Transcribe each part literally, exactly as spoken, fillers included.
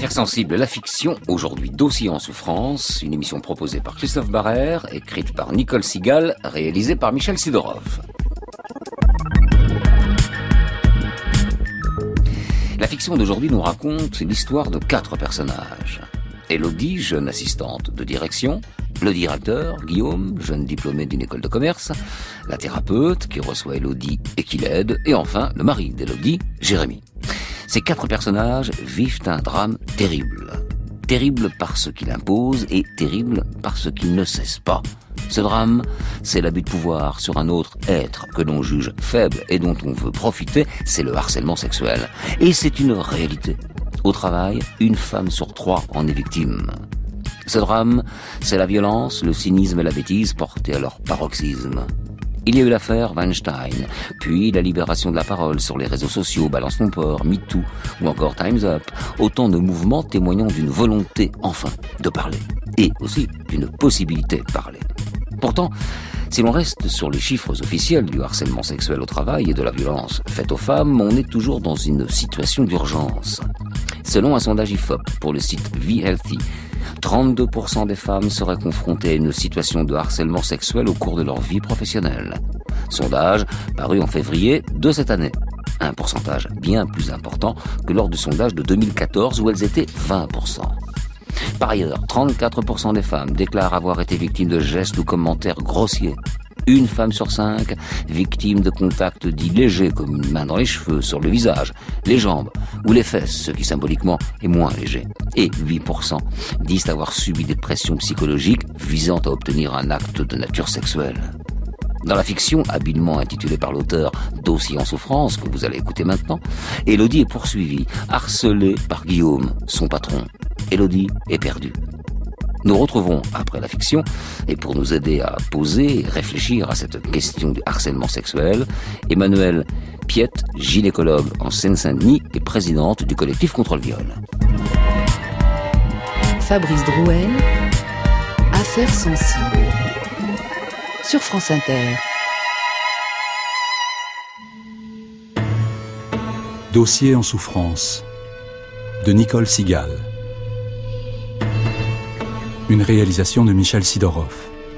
Hypersensible, la fiction, aujourd'hui Dossier en souffrance, une émission proposée par Christophe Barrère, écrite par Nicole Sigal, réalisée par Michel Sidorov. La fiction d'aujourd'hui nous raconte l'histoire de quatre personnages. Élodie, jeune assistante de direction, le directeur, Guillaume, jeune diplômé d'une école de commerce, la thérapeute qui reçoit Élodie et qui l'aide, et enfin le mari d'Élodie, Jérémy. Ces quatre personnages vivent un drame terrible. Terrible par ce qu'il impose et terrible par ce qu'il ne cesse pas. Ce drame, c'est l'abus de pouvoir sur un autre être que l'on juge faible et dont on veut profiter, c'est le harcèlement sexuel. Et c'est une réalité. Au travail, une femme sur trois en est victime. Ce drame, c'est la violence, le cynisme et la bêtise portés à leur paroxysme. Il y a eu l'affaire Weinstein, puis la libération de la parole sur les réseaux sociaux, Balance ton port, MeToo ou encore Time's Up. Autant de mouvements témoignant d'une volonté, enfin, de parler. Et aussi d'une possibilité de parler. Pourtant, si l'on reste sur les chiffres officiels du harcèlement sexuel au travail et de la violence faite aux femmes, on est toujours dans une situation d'urgence. Selon un sondage I F O P pour le site V-Healthy, trente-deux pour cent des femmes seraient confrontées à une situation de harcèlement sexuel au cours de leur vie professionnelle. Sondage paru en février de cette année. Un pourcentage bien plus important que lors du sondage de deux mille quatorze où elles étaient vingt pour cent. Par ailleurs, trente-quatre pour cent des femmes déclarent avoir été victimes de gestes ou commentaires grossiers. Une femme sur cinq victime de contacts dits légers comme une main dans les cheveux, sur le visage, les jambes ou les fesses, ce qui symboliquement est moins léger. Et huit pour cent disent avoir subi des pressions psychologiques visant à obtenir un acte de nature sexuelle. Dans la fiction, habilement intitulée par l'auteur Dossier en souffrance, que vous allez écouter maintenant, Élodie est poursuivie, harcelée par Guillaume, son patron. Élodie est perdue. Nous retrouvons, après la fiction, et pour nous aider à poser et réfléchir à cette question du harcèlement sexuel, Emmanuelle Piette, gynécologue en Seine-Saint-Denis et présidente du collectif contre le viol. Fabrice Drouel, Affaires sensibles, sur France Inter. Dossier en souffrance, de Nicole Sigal. Une réalisation de Michel Sidorov.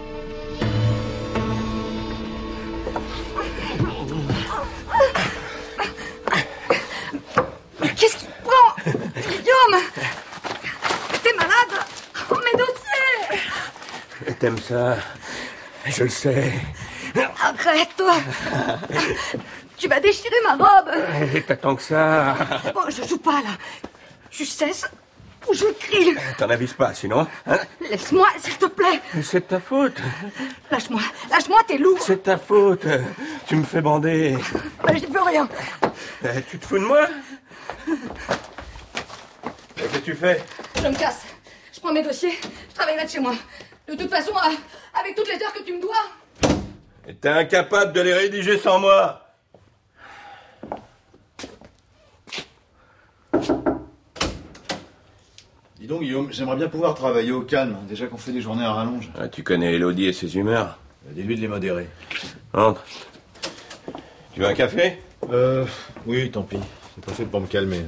Qu'est-ce qui te prend, Guillaume? T'es malade? Oh, mes dossiers! T'aimes ça? Je le sais. Arrête-toi! Tu vas déchirer ma robe! Et t'attends que ça? Bon, je joue pas, là. Tu cesses ou je crie. T'en avises pas, sinon, hein? Laisse-moi, s'il te plaît. C'est ta faute. Lâche-moi, lâche-moi, t'es lourd. C'est ta faute. Tu me fais bander. Mais j'y peux rien. Euh, tu te fous de moi? Qu'est-ce que tu fais? Je me casse. Je prends mes dossiers, je travaillerai de chez moi. De toute façon, avec toutes les heures que tu me dois. Et t'es incapable de les rédiger sans moi. Dis donc, Guillaume, j'aimerais bien pouvoir travailler au calme, déjà qu'on fait des journées à rallonge. Ah, tu connais Élodie et ses humeurs. Dis-lui de les modérer. Entre. Tu veux un café? Euh... Oui, tant pis. C'est pas fait pour me calmer.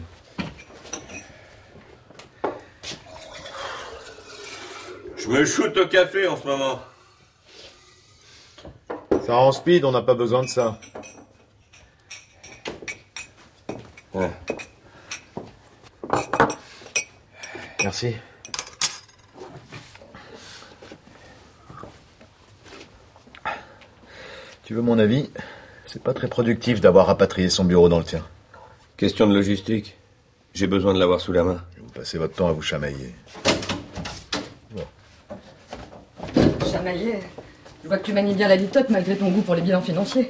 Je me shoot au café en ce moment. Ça rend speed, on n'a pas besoin de ça. Ouais. Merci. Tu veux mon avis? C'est pas très productif d'avoir rapatrié son bureau dans le tien. Question de logistique. J'ai besoin de l'avoir sous la main. Vous passez votre temps à vous chamailler. Bon. Chamailler? Je vois que tu manies bien la litote malgré ton goût pour les bilans financiers.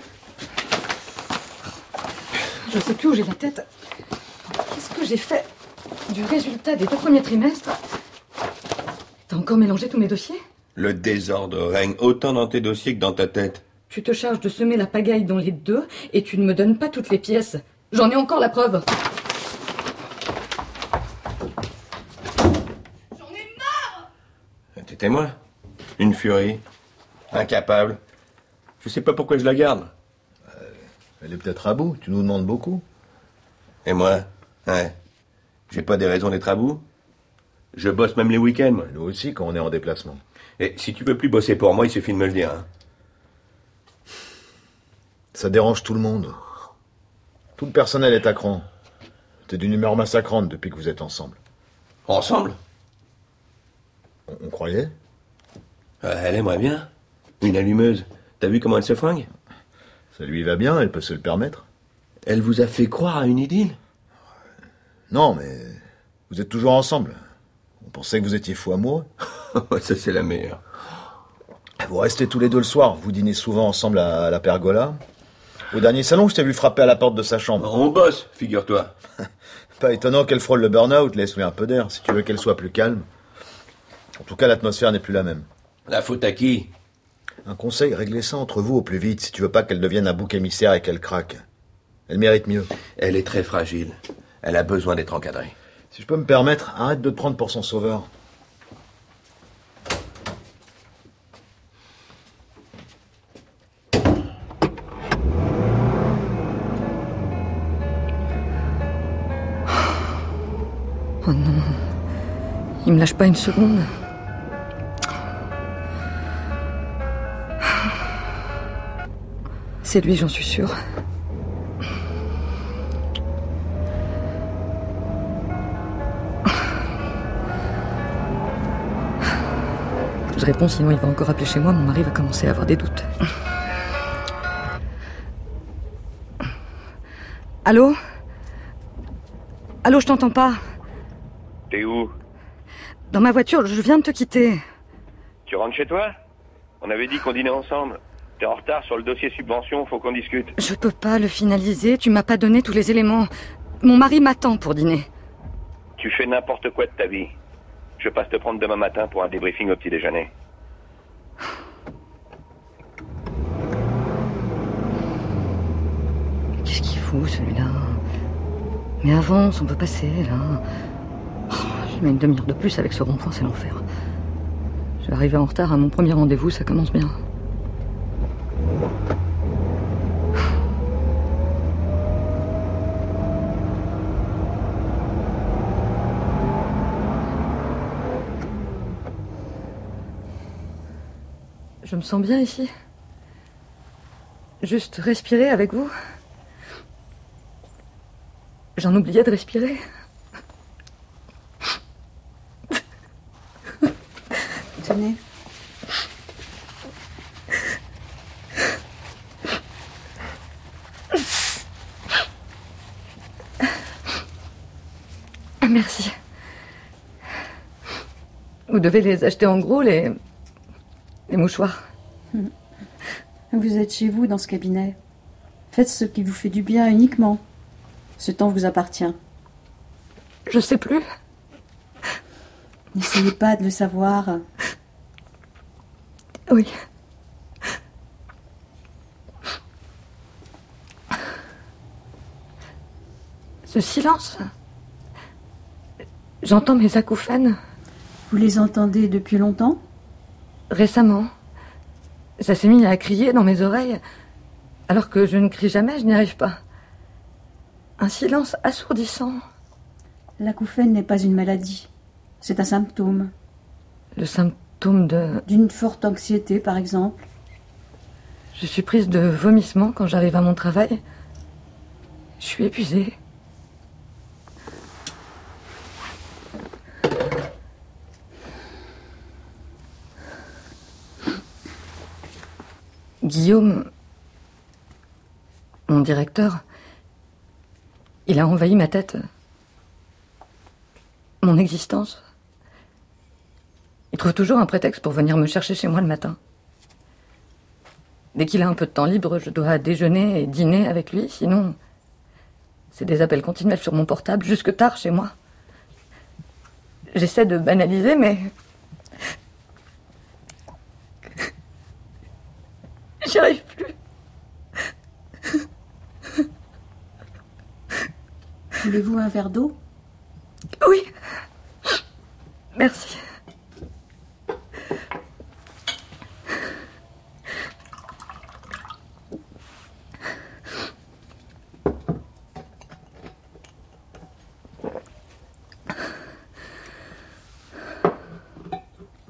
Je sais plus où j'ai la tête. Qu'est-ce que j'ai fait du résultat des deux premiers trimestres? T'as encore mélangé tous mes dossiers? Le désordre règne autant dans tes dossiers que dans ta tête. Tu te charges de semer la pagaille dans les deux et tu ne me donnes pas toutes les pièces. J'en ai encore la preuve. J'en ai marre! T'es témoin? Une furie. Incapable. Je sais pas pourquoi je la garde. Euh, elle est peut-être à bout, tu nous demandes beaucoup. Et moi? Ouais. J'ai pas des raisons d'être à bout. Je bosse même les week-ends, moi. Nous aussi, quand on est en déplacement. Et si tu veux plus bosser pour moi, il suffit de me le dire. Hein. Ça dérange tout le monde. Tout le personnel est à cran. T'es d'une humeur massacrante depuis que vous êtes ensemble. Ensemble? On, on croyait? euh, Elle aimerait bien. Une allumeuse. T'as vu comment elle se fringue? Ça lui va bien, elle peut se le permettre. Elle vous a fait croire à une idylle? Non, mais vous êtes toujours ensemble. On pensait que vous étiez fous amoureux. Ça, c'est la meilleure. Vous restez tous les deux le soir. Vous dînez souvent ensemble à, à la pergola. Au dernier salon, je t'ai vu frapper à la porte de sa chambre. On bosse, figure-toi. Pas étonnant qu'elle frôle le burn-out. Laisse-lui un peu d'air, si tu veux qu'elle soit plus calme. En tout cas, l'atmosphère n'est plus la même. La faute à qui? Un conseil, réglez ça entre vous au plus vite, si tu veux pas qu'elle devienne un bouc émissaire et qu'elle craque. Elle mérite mieux. Elle est très fragile. Elle a besoin d'être encadrée. Si je peux me permettre, arrête de te prendre pour son sauveur. Oh non. Il me lâche pas une seconde. C'est lui, j'en suis sûre. Je réponds, sinon il va encore appeler chez moi. Mon mari va commencer à avoir des doutes. Allô? Allô, je t'entends pas. T'es où? Dans ma voiture, je viens de te quitter. Tu rentres chez toi? On avait dit qu'on dînait ensemble. T'es en retard sur le dossier subvention, faut qu'on discute. Je peux pas le finaliser, tu m'as pas donné tous les éléments. Mon mari m'attend pour dîner. Tu fais n'importe quoi de ta vie. Je passe te prendre demain matin pour un débriefing au petit déjeuner. Qu'est-ce qu'il fout, celui-là? Mais avance, on peut passer, là. Oh, je mets une demi-heure de plus avec ce rond-point, c'est l'enfer. Je vais arriver en retard à mon premier rendez-vous, ça commence bien. Je me sens bien ici. Juste respirer avec vous. J'en oubliais de respirer. Tenez. Merci. Vous devez les acheter en gros, les... les mouchoirs. Vous êtes chez vous dans ce cabinet. Faites ce qui vous fait du bien uniquement. Ce temps vous appartient. Je sais plus. N'essayez pas de le savoir. Oui. Ce silence. J'entends mes acouphènes. Vous les entendez depuis longtemps? Récemment. Ça s'est mis à crier dans mes oreilles, alors que je ne crie jamais, je n'y arrive pas. Un silence assourdissant. L'acouphène n'est pas une maladie. C'est un symptôme. Le symptôme de... D'une forte anxiété, par exemple. Je suis prise de vomissements quand j'arrive à mon travail. Je suis épuisée. Guillaume, mon directeur, il a envahi ma tête, mon existence. Il trouve toujours un prétexte pour venir me chercher chez moi le matin. Dès qu'il a un peu de temps libre, je dois déjeuner et dîner avec lui, sinon c'est des appels continuels sur mon portable jusque tard chez moi. J'essaie de banaliser, mais j'y arrive plus. Voulez-vous un verre d'eau? Oui. Merci.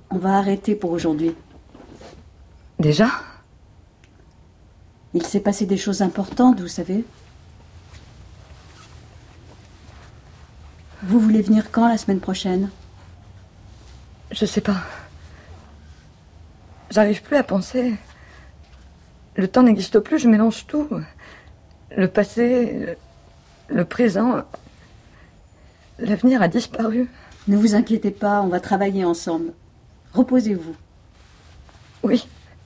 On va arrêter pour aujourd'hui. Déjà ? Il s'est passé des choses importantes, vous savez. Vous voulez venir quand, la semaine prochaine ? Je sais pas. J'arrive plus à penser. Le temps n'existe plus, je mélange tout. Le passé, le, le présent. L'avenir a disparu. Ne vous inquiétez pas, on va travailler ensemble. Reposez-vous. Oui.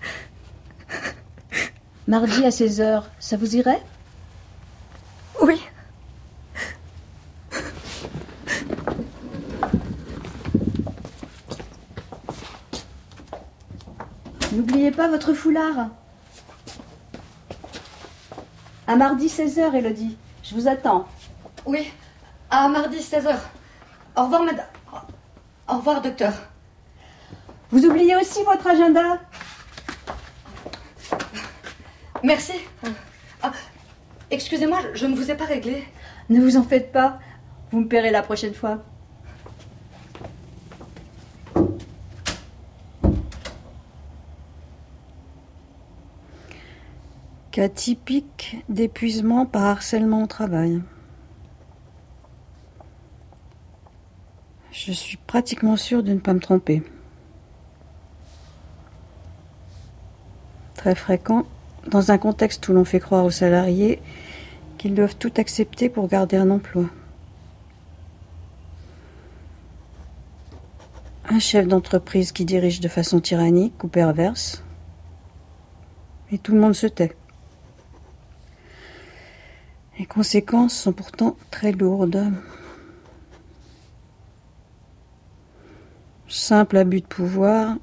Mardi à seize heures, ça vous irait ? Oui. N'oubliez pas votre foulard. À mardi seize heures, Élodie. Je vous attends. Oui, à mardi seize heures. Au revoir, madame. Au revoir, docteur. Vous oubliez aussi votre agenda ? Merci. Ah, excusez-moi, je ne vous ai pas réglé. Ne vous en faites pas. Vous me paierez la prochaine fois. Cas typique d'épuisement par harcèlement au travail. Je suis pratiquement sûre de ne pas me tromper. Très fréquent, dans un contexte où l'on fait croire aux salariés qu'ils doivent tout accepter pour garder un emploi. Un chef d'entreprise qui dirige de façon tyrannique ou perverse, et tout le monde se tait. Les conséquences sont pourtant très lourdes. Simple abus de pouvoir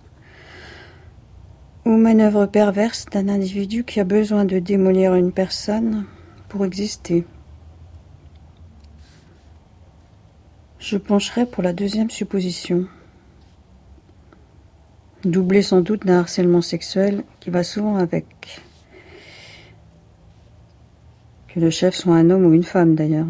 ou manœuvre perverse d'un individu qui a besoin de démolir une personne pour exister. Je pencherai pour la deuxième supposition. Doublé sans doute d'un harcèlement sexuel qui va souvent avec. Que le chef soit un homme ou une femme d'ailleurs.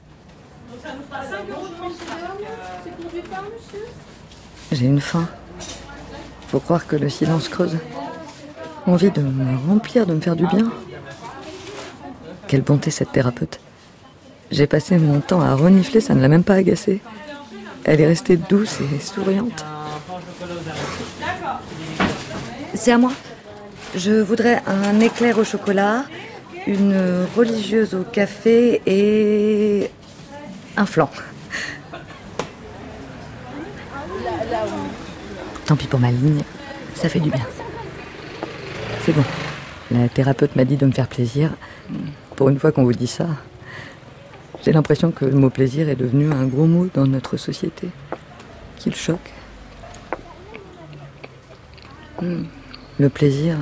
J'ai une faim. Faut croire que le silence creuse. Envie de me remplir, de me faire du bien. Quelle bonté cette thérapeute. J'ai passé mon temps à renifler, ça ne l'a même pas agacée. Elle est restée douce et souriante. C'est à moi. Je voudrais un éclair au chocolat, une religieuse au café et un flan. Tant pis pour ma ligne, ça fait du bien. C'est bon. La thérapeute m'a dit de me faire plaisir. Pour une fois qu'on vous dit ça, j'ai l'impression que le mot plaisir est devenu un gros mot dans notre société, qu'il choque. Le plaisir,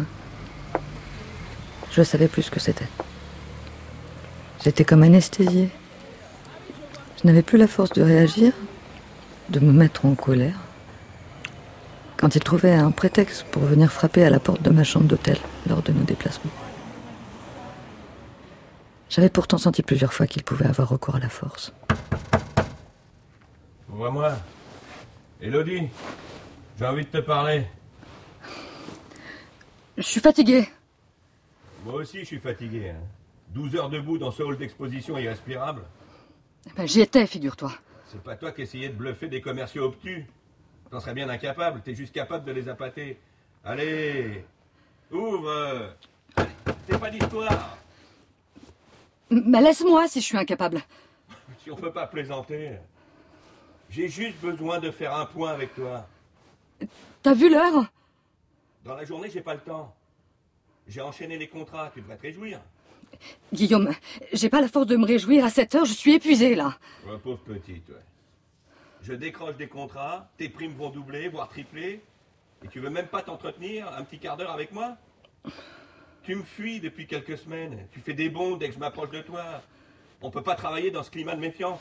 je savais plus ce que c'était. J'étais comme anesthésiée. Je n'avais plus la force de réagir, de me mettre en colère. Quand il trouvait un prétexte pour venir frapper à la porte de ma chambre d'hôtel lors de nos déplacements. J'avais pourtant senti plusieurs fois qu'il pouvait avoir recours à la force. Ouvre-moi. Élodie, j'ai envie de te parler. Je suis fatiguée. Moi aussi, je suis fatigué. Hein. douze heures debout dans ce hall d'exposition irrespirable. Ben, j'y étais, figure-toi. C'est pas toi qui essayais de bluffer des commerciaux obtus. T'en serais bien incapable, t'es juste capable de les appâter. Allez, ouvre. Allez, c'est pas d'histoire. Mais laisse-moi si je suis incapable. Si on peut pas plaisanter. J'ai juste besoin de faire un point avec toi. T'as vu l'heure ? Dans la journée, j'ai pas le temps. J'ai enchaîné les contrats, tu devrais te réjouir. Guillaume, j'ai pas la force de me réjouir à cette heure, je suis épuisée là. Ouais, pauvre petite, ouais. Je décroche des contrats, tes primes vont doubler, voire tripler, et tu veux même pas t'entretenir un petit quart d'heure avec moi ? Tu me fuis depuis quelques semaines, tu fais des bonds dès que je m'approche de toi. On peut pas travailler dans ce climat de méfiance.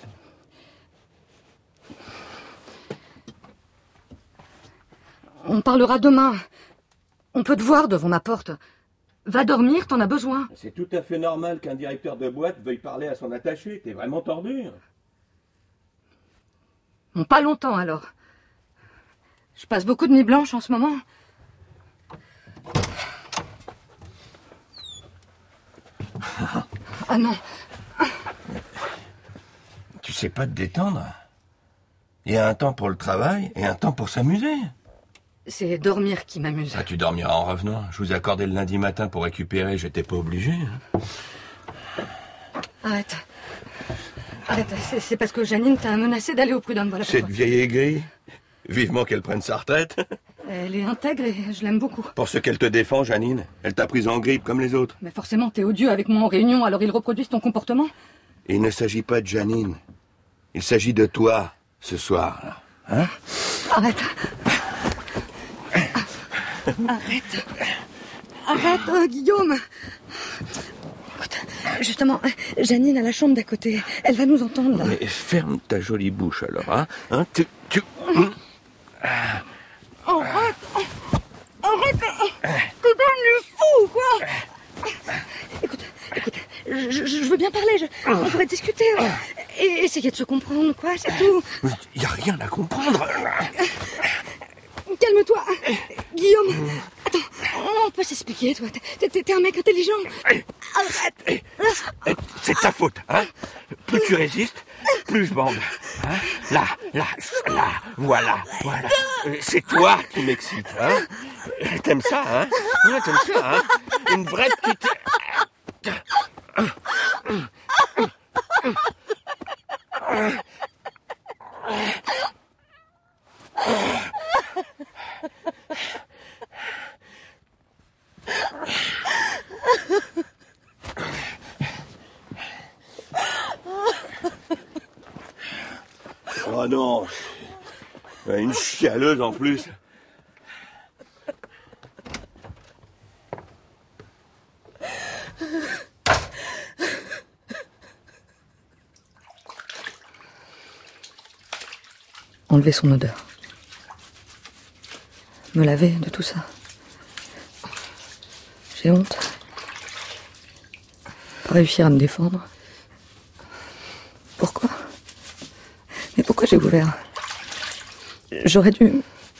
On parlera demain. On peut te voir devant ma porte. Va dormir, t'en as besoin. C'est tout à fait normal qu'un directeur de boîte veuille parler à son attaché. T'es vraiment tordu. Bon, pas longtemps alors. Je passe beaucoup de nuits blanches en ce moment. Ah non. Tu sais pas te détendre? Il y a un temps pour le travail et un temps pour s'amuser. C'est dormir qui m'amuse. Ah, tu dormiras en revenant. Je vous ai accordé le lundi matin pour récupérer, j'étais pas obligé. Hein. Arrête. Arrête, c'est, c'est parce que Janine t'a menacé d'aller au prud'homme, voilà pourquoi. Cette vieille aigrie, vivement qu'elle prenne sa retraite. Elle est intègre et je l'aime beaucoup. Pour ce qu'elle te défend, Janine, elle t'a prise en grippe comme les autres. Mais forcément, t'es odieux avec moi en réunion, alors ils reproduisent ton comportement. Il ne s'agit pas de Janine. Il s'agit de toi, ce soir. Hein? Arrête. Arrête. Arrête, oh, Guillaume. Écoute, justement, Janine a la chambre d'à côté. Elle va nous entendre, là. Mais ferme ta jolie bouche, alors, hein, hein tu... tu... Arrête. Arrête. T'es devenu fou, quoi. Écoute, écoute, je, je, je veux bien parler. Je, on pourrait discuter. Et essayer de se comprendre, quoi, c'est tout. Il n'y a rien à comprendre. Calme-toi, Guillaume. Attends, on peut s'expliquer, toi. T'es, t'es, t'es un mec intelligent. Arrête. C'est ta faute, hein. Plus tu résistes, plus je bande. Hein, là, là, là, voilà, voilà. C'est toi qui m'excite, hein. T'aimes ça, hein? Ouais, t'aimes ça, hein? Une vraie petite... Oh non, une chialeuse en plus. Enlever son odeur. Me laver de tout ça. J'ai honte. Pas réussir à me défendre. Pourquoi? Mais pourquoi j'ai ouvert? J'aurais dû...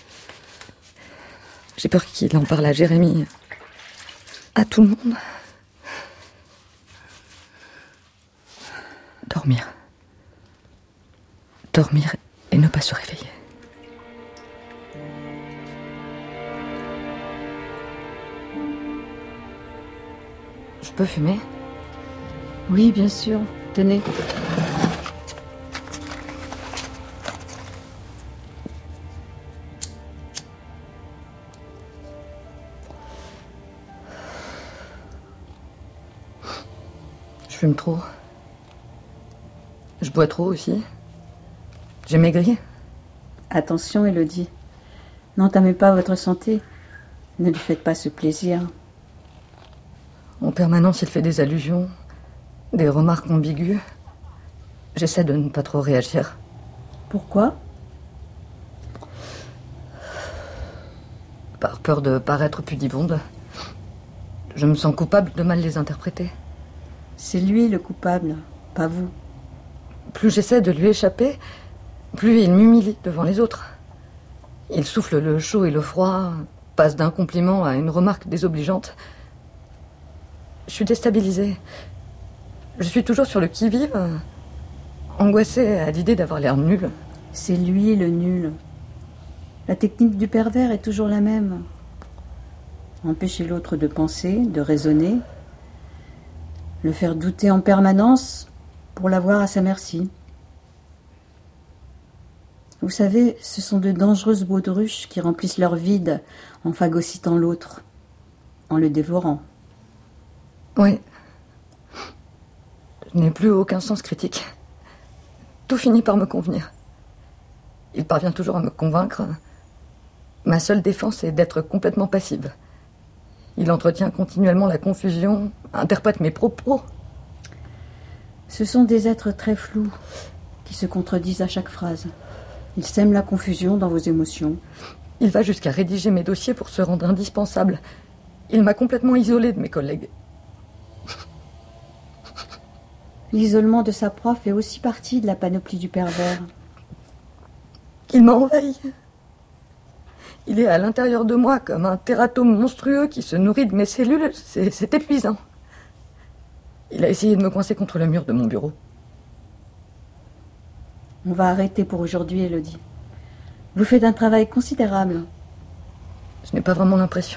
J'ai peur qu'il en parle à Jérémy. À tout le monde. Dormir. Dormir et ne pas se réveiller. Je peux fumer? Oui, bien sûr. Tenez. Je fume trop. Je bois trop aussi. J'ai maigri. Attention, Élodie. N'entamez pas votre santé. Ne lui faites pas ce plaisir. En permanence, il fait des allusions, des remarques ambiguës. J'essaie de ne pas trop réagir. Pourquoi? Par peur de paraître pudibonde. Je me sens coupable de mal les interpréter. C'est lui le coupable, pas vous. Plus j'essaie de lui échapper, plus il m'humilie devant les autres. Il souffle le chaud et le froid, passe d'un compliment à une remarque désobligeante. Je suis déstabilisée. Je suis toujours sur le qui-vive, angoissée à l'idée d'avoir l'air nulle. C'est lui le nul. La technique du pervers est toujours la même. Empêcher l'autre de penser, de raisonner, le faire douter en permanence pour l'avoir à sa merci. Vous savez, ce sont de dangereuses baudruches qui remplissent leur vide en phagocytant l'autre, en le dévorant. Oui. Je n'ai plus aucun sens critique. Tout finit par me convenir. Il parvient toujours à me convaincre. Ma seule défense est d'être complètement passive. Il entretient continuellement la confusion, interprète mes propos. Ce sont des êtres très flous qui se contredisent à chaque phrase. Ils sèment la confusion dans vos émotions. Il va jusqu'à rédiger mes dossiers pour se rendre indispensable. Il m'a complètement isolée de mes collègues. L'isolement de sa proie fait aussi partie de la panoplie du pervers. Il m'a envahi. Il est à l'intérieur de moi comme un tératome monstrueux qui se nourrit de mes cellules. C'est, c'est épuisant. Il a essayé de me coincer contre le mur de mon bureau. On va arrêter pour aujourd'hui, Élodie. Vous faites un travail considérable. Je n'ai pas vraiment l'impression.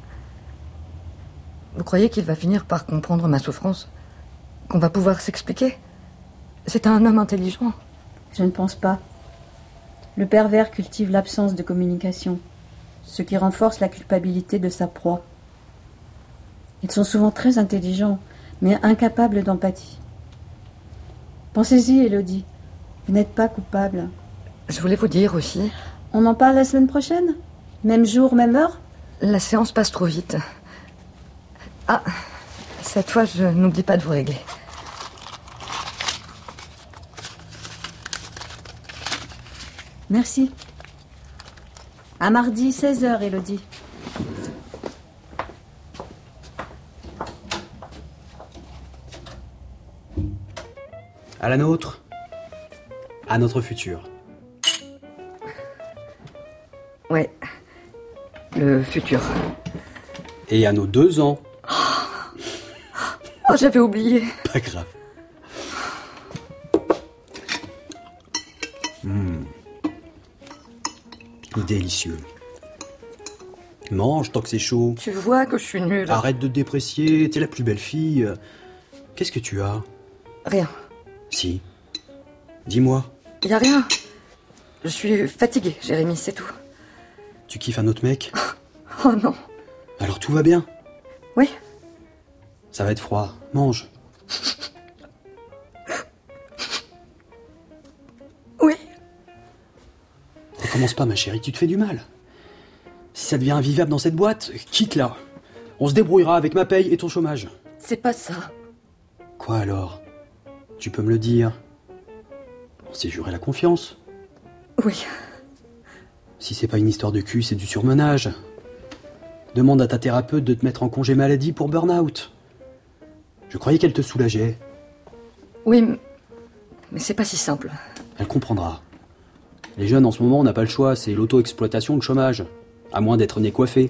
Vous croyez qu'il va finir par comprendre ma souffrance? Qu'on va pouvoir s'expliquer? C'est un homme intelligent. Je ne pense pas. Le pervers cultive l'absence de communication, ce qui renforce la culpabilité de sa proie. Ils sont souvent très intelligents, mais incapables d'empathie. Pensez-y, Élodie. Vous n'êtes pas coupable. Je voulais vous dire aussi... On en parle la semaine prochaine? Même jour, même heure? La séance passe trop vite. Ah, cette fois, je n'oublie pas de vous régler. Merci. À mardi, seize heures, Élodie. À la nôtre. À notre futur. Ouais. Le futur. Et à nos deux ans. Oh, j'avais oublié. Pas grave. Mmh. Délicieux. Mange tant que c'est chaud. Tu vois que je suis nulle. Arrête de te déprécier, t'es la plus belle fille. Qu'est-ce que tu as? Rien. Si. Dis-moi. Y a rien. Je suis fatiguée, Jérémy, c'est tout. Tu kiffes un autre mec? Oh non. Alors tout va bien? Oui. Ça va être froid. Mange. Oui. Recommence pas, ma chérie, tu te fais du mal. Si ça devient invivable dans cette boîte, quitte-la. On se débrouillera avec ma paye et ton chômage. C'est pas ça. Quoi alors? Tu peux me le dire? On s'est juré la confiance. Oui. Si c'est pas une histoire de cul, c'est du surmenage. Demande à ta thérapeute de te mettre en congé maladie pour burn-out. Je croyais qu'elle te soulageait. Oui, mais c'est pas si simple. Elle comprendra. Les jeunes, en ce moment, on n'a pas le choix. C'est l'auto-exploitation, le chômage. À moins d'être nez coiffé.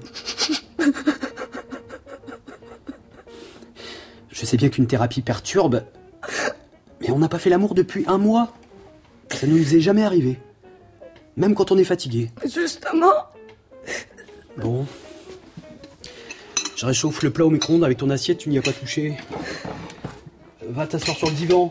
Je sais bien qu'une thérapie perturbe, mais on n'a pas fait l'amour depuis un mois. Ça ne nous est jamais arrivé. Même quand on est fatigué. Justement. Bon. Je réchauffe le plat au micro-ondes avec ton assiette, tu n'y as pas touché. Va t'asseoir sur le divan.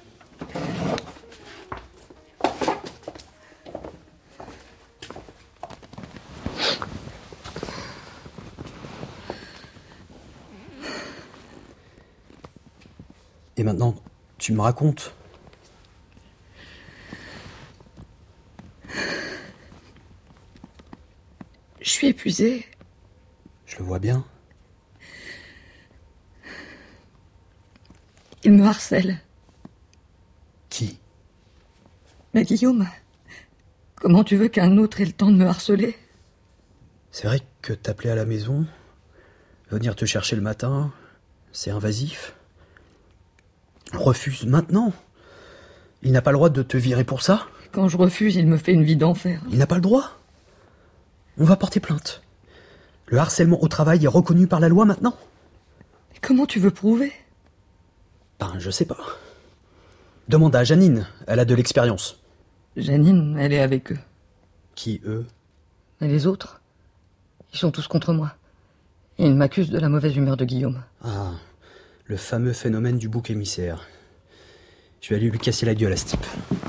Et maintenant, tu me racontes. Je suis épuisée. Je le vois bien. Il me harcèle. Qui? Mais Guillaume, comment tu veux qu'un autre ait le temps de me harceler? C'est vrai que t'appeler à la maison, venir te chercher le matin, c'est invasif. Refuse maintenant. Il n'a pas le droit de te virer pour ça. Quand je refuse, il me fait une vie d'enfer. Il n'a pas le droit. On va porter plainte. Le harcèlement au travail est reconnu par la loi maintenant. Mais comment tu veux prouver? Ben, je sais pas. Demande à Janine, elle a de l'expérience. Janine, elle est avec eux. Qui, eux? Et les autres? Ils sont tous contre moi. Et ils m'accusent de la mauvaise humeur de Guillaume. Ah, le fameux phénomène du bouc émissaire. Je vais aller lui casser la gueule à ce type.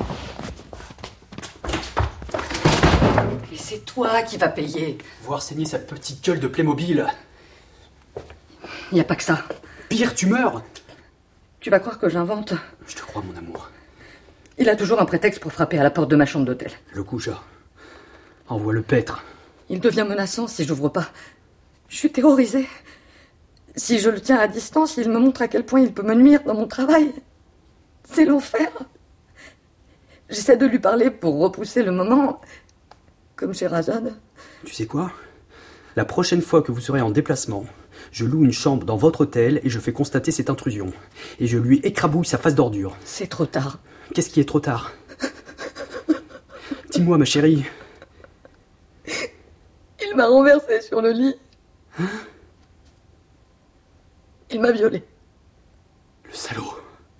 Et c'est toi qui vas payer. Voir saigner sa petite gueule de Playmobil. Il n'y a pas que ça. Pire, tu meurs. Tu vas croire que j'invente? Je te crois, mon amour. Il a toujours un prétexte pour frapper à la porte de ma chambre d'hôtel. Le goujat. Envoie le paître. Il devient menaçant si j'ouvre pas. Je suis terrorisée. Si je le tiens à distance, il me montre à quel point il peut me nuire dans mon travail. C'est l'enfer. J'essaie de lui parler pour repousser le moment, comme Sherazade. Tu sais quoi? La prochaine fois que vous serez en déplacement, je loue une chambre dans votre hôtel et je fais constater cette intrusion. Et je lui écrabouille sa face d'ordure. C'est trop tard. Qu'est-ce qui est trop tard? Dis-moi, ma chérie. Tu m'as renversée sur le lit. Hein? Il m'a violée. Le salaud.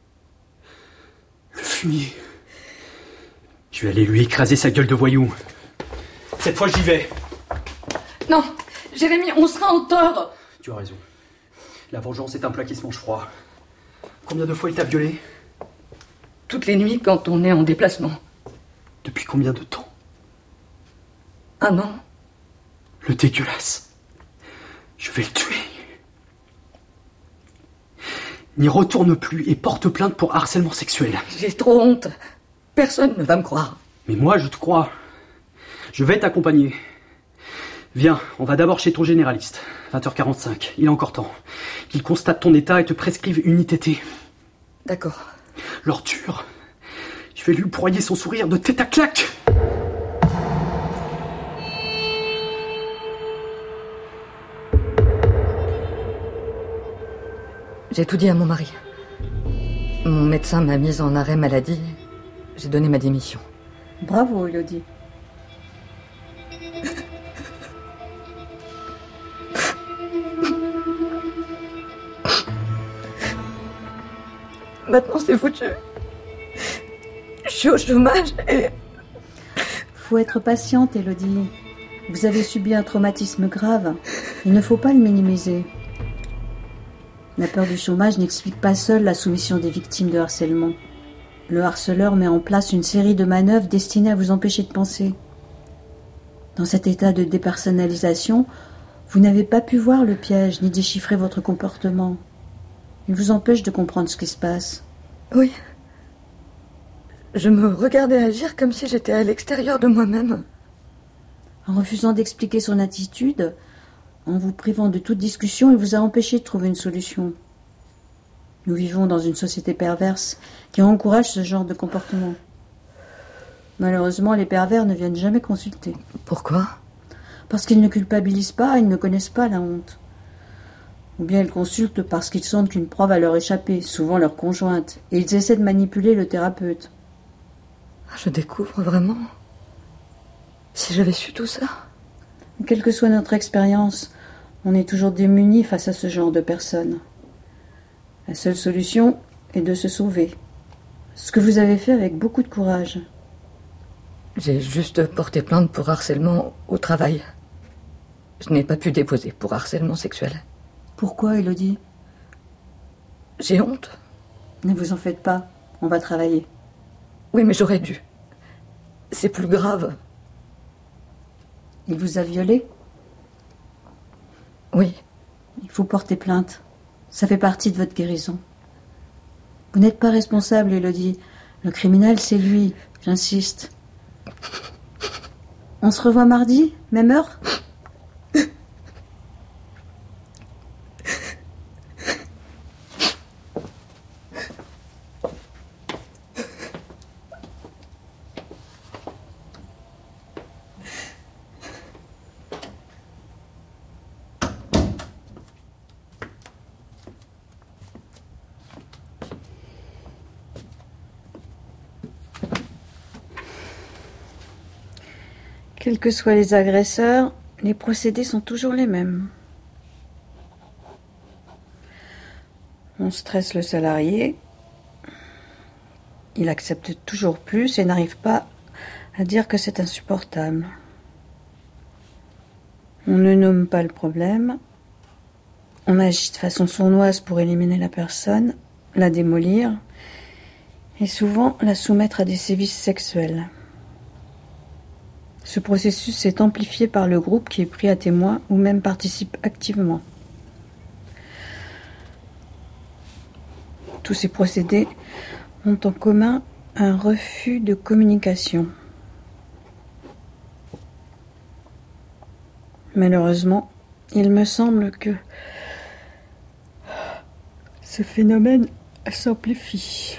Le fumier. Je vais aller lui écraser sa gueule de voyou. Cette fois, j'y vais. Non, Jérémy, on sera en tort. Tu as raison. La vengeance est un plat qui se mange froid. Combien de fois il t'a violé? Toutes les nuits quand on est en déplacement. Depuis combien de temps? Un an. Le dégueulasse. Je vais le tuer. N'y retourne plus et porte plainte pour harcèlement sexuel. J'ai trop honte. Personne ne va me croire. Mais moi, je te crois. Je vais t'accompagner. Viens, on va d'abord chez ton généraliste. vingt heures quarante-cinq, il est encore temps. Qu'il constate ton état et te prescrive une I T T. D'accord. L'ordure. Je vais lui broyer son sourire de tête à claque. J'ai tout dit à mon mari. Mon médecin m'a mise en arrêt maladie. J'ai donné ma démission. Bravo, Elodie. Maintenant, c'est foutu. Je suis au chômage et... Faut être patiente, Elodie. Vous avez subi un traumatisme grave. Il ne faut pas le minimiser. La peur du chômage n'explique pas seule la soumission des victimes de harcèlement. Le harceleur met en place une série de manœuvres destinées à vous empêcher de penser. Dans cet état de dépersonnalisation, vous n'avez pas pu voir le piège ni déchiffrer votre comportement. Il vous empêche de comprendre ce qui se passe. Oui. Je me regardais agir comme si j'étais à l'extérieur de moi-même. En refusant d'expliquer son attitude, en vous privant de toute discussion, il vous a empêché de trouver une solution. Nous vivons dans une société perverse qui encourage ce genre de comportement. Malheureusement, les pervers ne viennent jamais consulter. Pourquoi? Parce qu'ils ne culpabilisent pas, ils ne connaissent pas la honte. Ou bien ils consultent parce qu'ils sentent qu'une proie va leur échapper, souvent leur conjointe, et ils essaient de manipuler le thérapeute. Je découvre vraiment. Si j'avais su tout ça. Quelle que soit notre expérience, on est toujours démunis face à ce genre de personnes. La seule solution est de se sauver. Ce que vous avez fait avec beaucoup de courage. J'ai juste porté plainte pour harcèlement au travail. Je n'ai pas pu déposer pour harcèlement sexuel. Pourquoi, Elodie? J'ai honte. Ne vous en faites pas, on va travailler. Oui, mais j'aurais dû. C'est plus grave. Il vous a violé? Oui. Il faut porter plainte. Ça fait partie de votre guérison. Vous n'êtes pas responsable, Elodie. Le criminel, c'est lui, j'insiste. On se revoit mardi, même heure? Quels que soient les agresseurs, les procédés sont toujours les mêmes. On stresse le salarié, il accepte toujours plus et n'arrive pas à dire que c'est insupportable. On ne nomme pas le problème, on agit de façon sournoise pour éliminer la personne, la démolir et souvent la soumettre à des sévices sexuels. Ce processus est amplifié par le groupe qui est pris à témoin ou même participe activement. Tous ces procédés ont en commun un refus de communication. Malheureusement, il me semble que ce phénomène s'amplifie.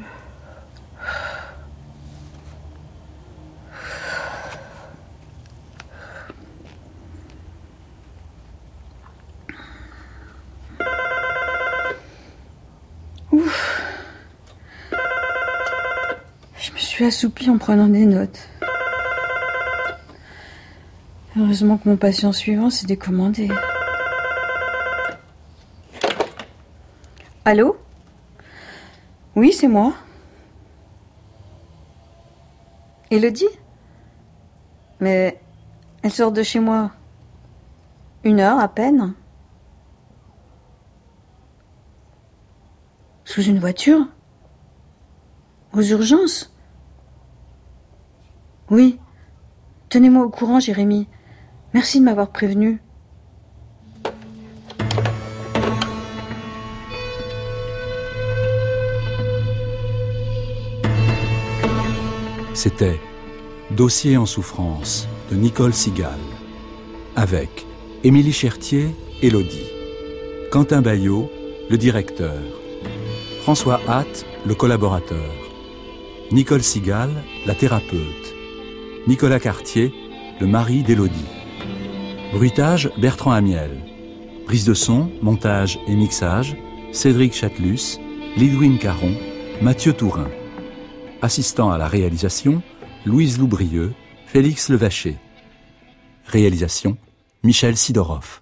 Ouf. Je me suis assoupie en prenant des notes. Heureusement que mon patient suivant s'est décommandé. Allô? Oui, c'est moi. Élodie? Mais elle sort de chez moi. Une heure à peine. Sous une voiture? Aux urgences? Oui. Tenez-moi au courant, Jérémy. Merci de m'avoir prévenu. C'était Dossier en souffrance de Nicole Sigal, avec Émilie Chertier, Élodie, Quentin Baillot, le directeur, François Hatt, le collaborateur, Nicole Sigal, la thérapeute, Nicolas Cartier, le mari d'Élodie. Bruitage, Bertrand Amiel. Prise de son, montage et mixage, Cédric Chatelus, Lidwin Caron, Mathieu Tourin. Assistant à la réalisation, Louise Loubrieux, Félix Levaché. Réalisation, Michel Sidorov.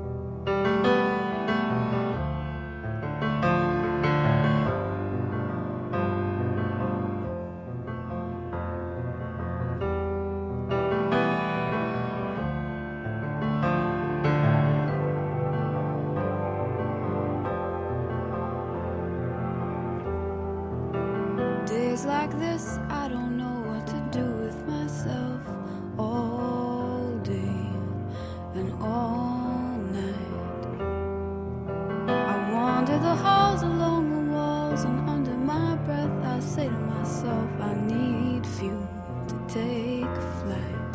Days like this, I don't know what to do with myself all day and all night. I wander the halls along the walls, and under my breath I say to myself, I need fuel to take flight.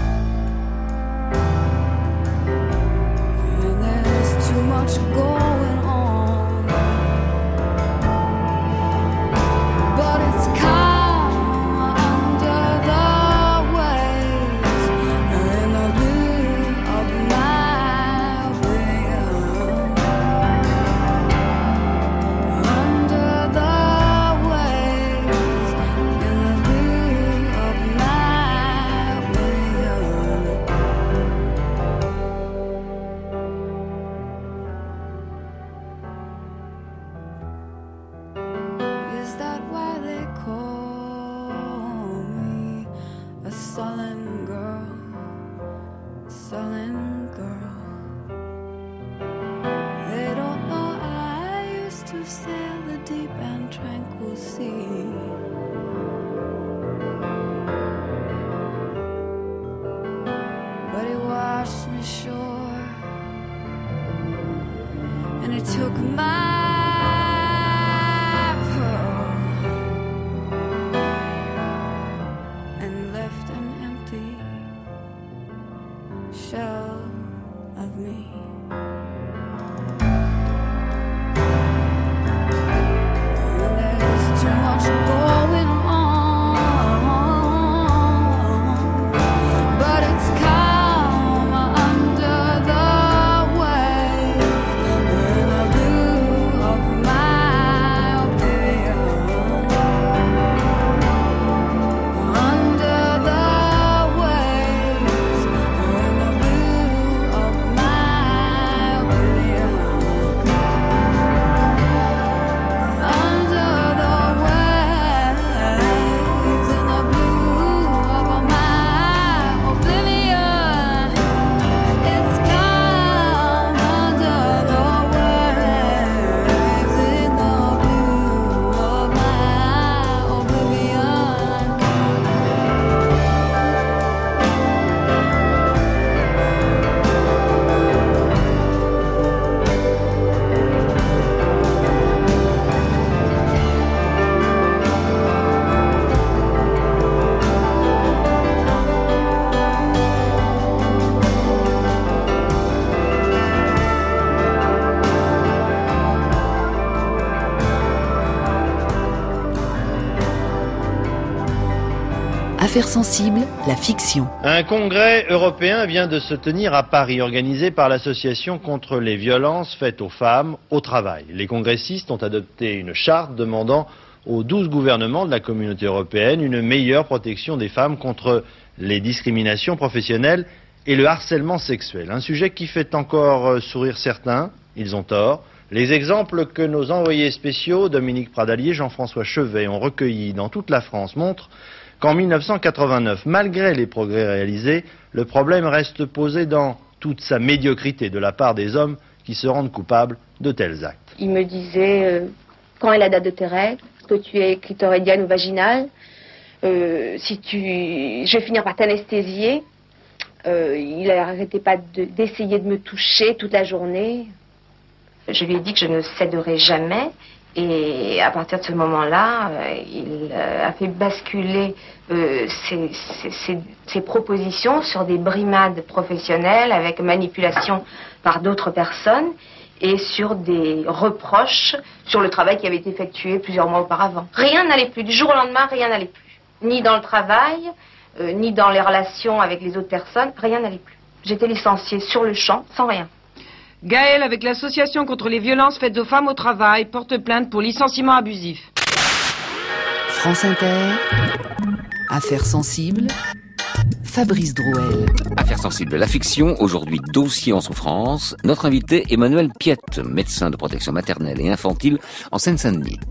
And there's too much going on. Affaires sensibles, la fiction. Un congrès européen vient de se tenir à Paris, organisé par l'Association contre les violences faites aux femmes au travail. Les congressistes ont adopté une charte demandant aux douze gouvernements de la communauté européenne une meilleure protection des femmes contre les discriminations professionnelles et le harcèlement sexuel. Un sujet qui fait encore sourire certains, ils ont tort. Les exemples que nos envoyés spéciaux, Dominique Pradalier, Jean-François Chevet, ont recueillis dans toute la France montrent qu'en mille neuf cent quatre-vingt-neuf, malgré les progrès réalisés, le problème reste posé dans toute sa médiocrité de la part des hommes qui se rendent coupables de tels actes. Il me disait, euh, quand est la date de tes règles, est-ce que tu es clitoridienne ou vaginale, euh, si tu... je vais finir par t'anesthésier. Euh, il n'arrêtait pas de, d'essayer de me toucher toute la journée. Je lui ai dit que je ne céderai jamais. Et à partir de ce moment-là, euh, il euh, a fait basculer euh, ses, ses, ses, ses propositions sur des brimades professionnelles avec manipulation par d'autres personnes et sur des reproches sur le travail qui avait été effectué plusieurs mois auparavant. Rien n'allait plus. Du jour au lendemain, rien n'allait plus. Ni dans le travail, euh, ni dans les relations avec les autres personnes, rien n'allait plus. J'étais licenciée sur le champ, sans rien. Gaël, avec l'association contre les violences faites aux femmes au travail, porte plainte pour licenciement abusif. France Inter, Affaires sensibles, Fabrice Drouel. Affaires sensibles, la fiction, aujourd'hui dossier en souffrance. Notre invité, Emmanuel Piette, médecin de protection maternelle et infantile en Seine-Saint-Denis.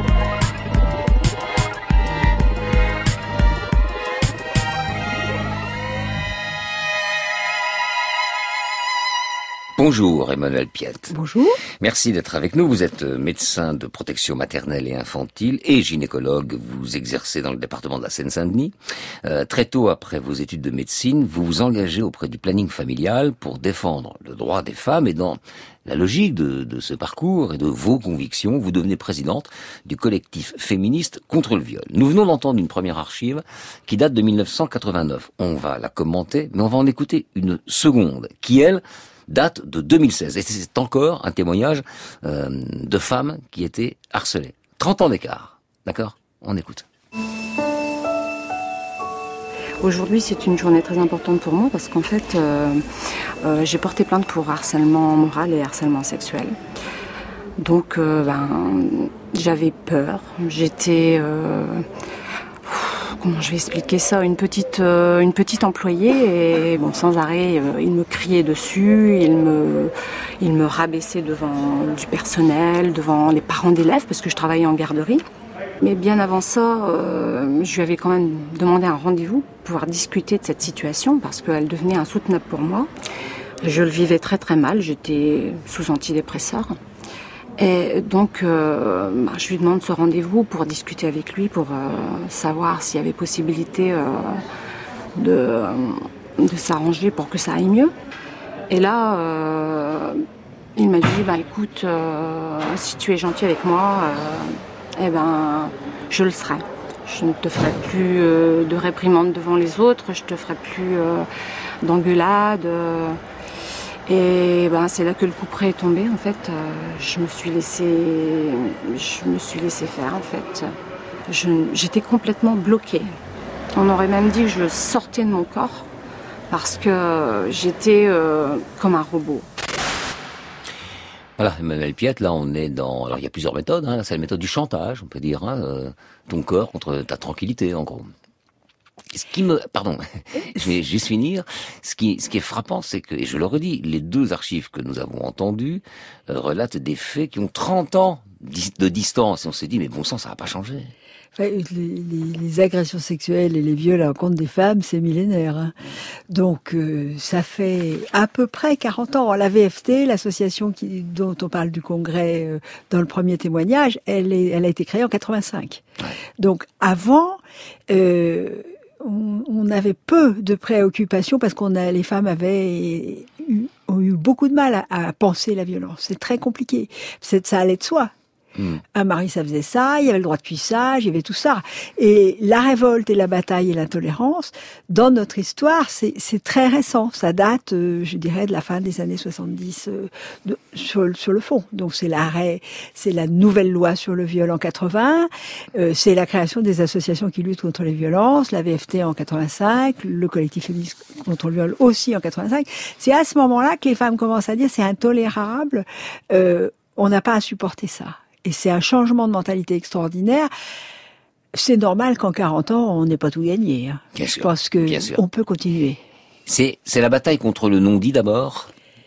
Bonjour Emmanuel Piette. Bonjour. Merci d'être avec nous. Vous êtes médecin de protection maternelle et infantile et gynécologue. Vous exercez dans le département de la Seine-Saint-Denis. Euh, très tôt après vos études de médecine, vous vous engagez auprès du planning familial pour défendre le droit des femmes et dans la logique de, de ce parcours et de vos convictions, vous devenez présidente du collectif féministe contre le viol. Nous venons d'entendre une première archive qui date de mille neuf cent quatre-vingt-neuf. On va la commenter, mais on va en écouter une seconde qui, elle, date de deux mille seize. Et c'est encore un témoignage euh, de femmes qui étaient harcelées. trente ans d'écart. D'accord ? On écoute. Aujourd'hui, c'est une journée très importante pour moi parce qu'en fait, euh, euh, j'ai porté plainte pour harcèlement moral et harcèlement sexuel. Donc, euh, ben, j'avais peur. J'étais... Euh, Comment je vais expliquer ça ? Une petite, euh, une petite employée et bon, sans arrêt, euh, il me criait dessus, il me, il me rabaissait devant du personnel, devant les parents d'élèves parce que je travaillais en garderie. Mais bien avant ça, euh, je lui avais quand même demandé un rendez-vous pour pouvoir discuter de cette situation parce qu'elle devenait insoutenable pour moi. Je le vivais très très mal, j'étais sous antidépresseurs. Et donc, euh, bah, je lui demande ce rendez-vous pour discuter avec lui, pour euh, savoir s'il y avait possibilité euh, de, euh, de s'arranger pour que ça aille mieux. Et là, euh, il m'a dit, bah, écoute, euh, si tu es gentil avec moi, euh, eh ben, je le serai. Je ne te ferai plus euh, de réprimande devant les autres, je te ferai plus euh, d'engueulade. Euh, Et ben, c'est là que le coup près est tombé. En fait, euh, je me suis laissée, je me suis laissée faire. En fait, je, j'étais complètement bloquée. On aurait même dit que je sortais de mon corps parce que j'étais euh, comme un robot. Voilà, Emmanuel Piette, là on est dans... Alors il y a plusieurs méthodes, hein. C'est la méthode du chantage, on peut dire, hein, euh, ton corps contre ta tranquillité, en gros. Ce qui me, pardon, je vais juste finir. Ce qui, ce qui est frappant, c'est que, et je le redis, les deux archives que nous avons entendues euh, relatent des faits qui ont trente ans de distance. Et on s'est dit, mais bon sang, ça va pas changer. Enfin, les, les, les agressions sexuelles et les viols à l'encontre des femmes, c'est millénaire. Hein. Donc, euh, ça fait à peu près quarante ans. La V F T, l'association qui, dont on parle du congrès euh, dans le premier témoignage, elle, est, elle a été créée en quatre-vingt-cinq. Ouais. Donc, avant... Euh, On, on avait peu de préoccupations parce qu'on a, les femmes avaient eu, ont eu beaucoup de mal à, à penser la violence. C'est très compliqué. C'est, ça allait de soi. Mmh. Un mari, ça faisait ça, il y avait le droit de cuissage, il y avait tout ça. Et la révolte et la bataille et l'intolérance, dans notre histoire, c'est, c'est très récent. Ça date, euh, je dirais, de la fin des années soixante-dix euh, de, sur, sur le fond. Donc c'est l'arrêt, c'est la nouvelle loi sur le viol en quatre-vingts, euh, c'est la création des associations qui luttent contre les violences, la V F T en quatre-vingt-cinq, le collectif féministe contre le viol aussi en quatre-vingt-cinq. C'est à ce moment-là que les femmes commencent à dire c'est intolérable, euh, on n'a pas à supporter ça. Et c'est un changement de mentalité extraordinaire. C'est normal qu'en quarante ans, on n'ait pas tout gagné. Hein. Bien Je sûr, pense que on peut continuer. C'est, c'est la bataille contre le non-dit d'abord?